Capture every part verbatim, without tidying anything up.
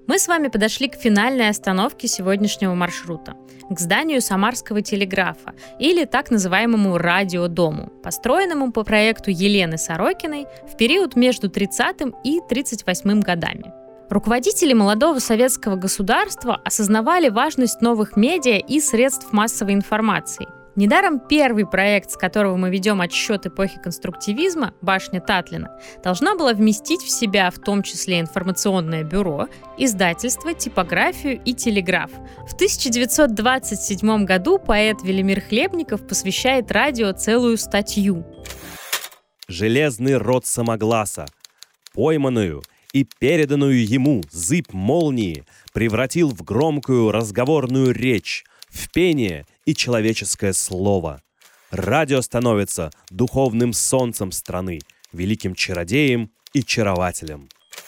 Мы с вами подошли к финальной остановке сегодняшнего маршрута, к зданию Самарского телеграфа, или так называемому радиодому, построенному по проекту Елены Сорокиной в период между тридцатым и тридцать восьмым годами. Руководители молодого советского государства осознавали важность новых медиа и средств массовой информации. Недаром первый проект, с которого мы ведем отсчет эпохи конструктивизма, «Башня Татлина», должна была вместить в себя в том числе информационное бюро, издательство, типографию и телеграф. В тысяча девятьсот двадцать седьмом году поэт Велимир Хлебников посвящает радио целую статью. «Железный рот Самогласа, пойманную и переданную ему зыбь молнии, превратил в громкую разговорную речь, в пение и человеческое слово. Радио становится духовным солнцем страны, великим чародеем и чарователем».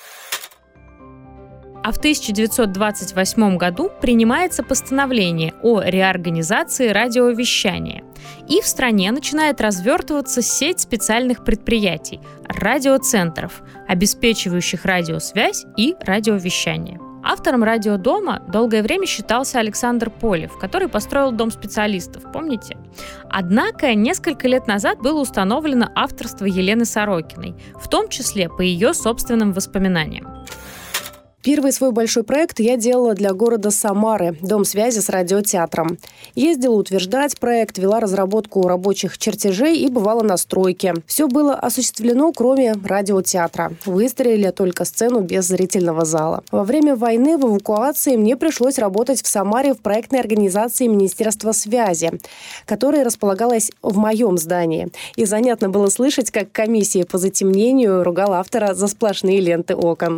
А в тысяча девятьсот двадцать восьмом году принимается постановление о реорганизации радиовещания. И в стране начинает развертываться сеть специальных предприятий – радиоцентров, обеспечивающих радиосвязь и радиовещание. Автором радиодома долгое время считался Александр Полев, который построил дом специалистов, помните? Однако несколько лет назад было установлено авторство Елены Сорокиной, в том числе по ее собственным воспоминаниям. Первый свой большой проект я делала для города Самары, дом связи с радиотеатром. Ездила утверждать проект, вела разработку рабочих чертежей и бывала на стройке. Все было осуществлено, кроме радиотеатра. Выстроили только сцену без зрительного зала. Во время войны в эвакуации мне пришлось работать в Самаре в проектной организации Министерства связи, которая располагалась в моем здании. И занятно было слышать, как комиссия по затемнению ругала автора за сплошные ленты окон.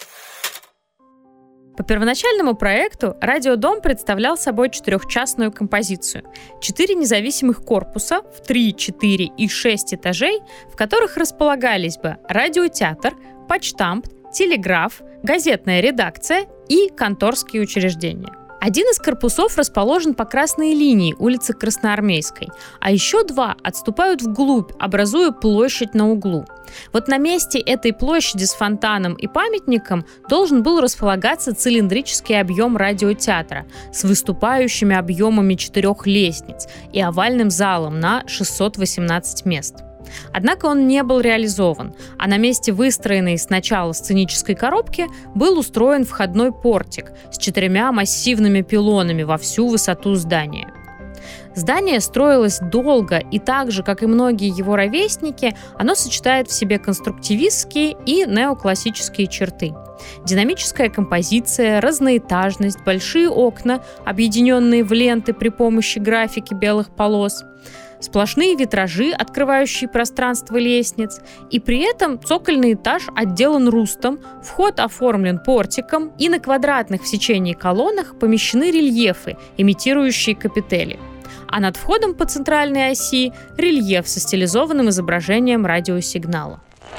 По первоначальному проекту радиодом представлял собой четырехчастную композицию. Четыре независимых корпуса в три, четыре и шесть этажей, в которых располагались бы радиотеатр, почтамт, телеграф, газетная редакция и конторские учреждения. Один из корпусов расположен по красной линии улицы Красноармейской, а еще два отступают вглубь, образуя площадь на углу. Вот на месте этой площади с фонтаном и памятником должен был располагаться цилиндрический объем радиотеатра с выступающими объемами четырех лестниц и овальным залом на шестьсот восемнадцать мест. Однако он не был реализован, а на месте выстроенной сначала сценической коробки был устроен входной портик с четырьмя массивными пилонами во всю высоту здания. Здание строилось долго, и так же, как и многие его ровесники, оно сочетает в себе конструктивистские и неоклассические черты. Динамическая композиция, разноэтажность, большие окна, объединенные в ленты при помощи графики белых полос, сплошные витражи, открывающие пространство лестниц, и при этом цокольный этаж отделан рустом, вход оформлен портиком, и на квадратных в сечении колоннах помещены рельефы, имитирующие капители. А над входом по центральной оси рельеф со стилизованным изображением радиосигнала.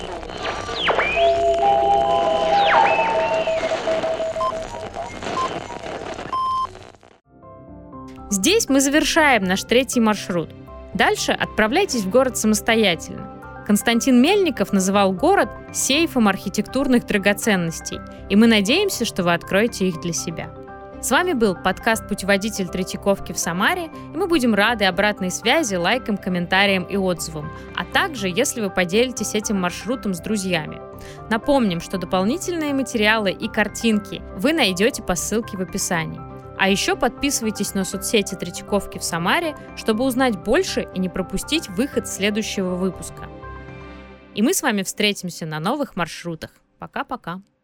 Здесь мы завершаем наш третий маршрут. Дальше отправляйтесь в город самостоятельно. Константин Мельников называл город сейфом архитектурных драгоценностей, и мы надеемся, что вы откроете их для себя. С вами был подкаст «Путеводитель Третьяковки в Самаре», и мы будем рады обратной связи, лайкам, комментариям и отзывам, а также, если вы поделитесь этим маршрутом с друзьями. Напомним, что дополнительные материалы и картинки вы найдете по ссылке в описании. А еще подписывайтесь на соцсети Третьяковки в Самаре, чтобы узнать больше и не пропустить выход следующего выпуска. И мы с вами встретимся на новых маршрутах. Пока-пока.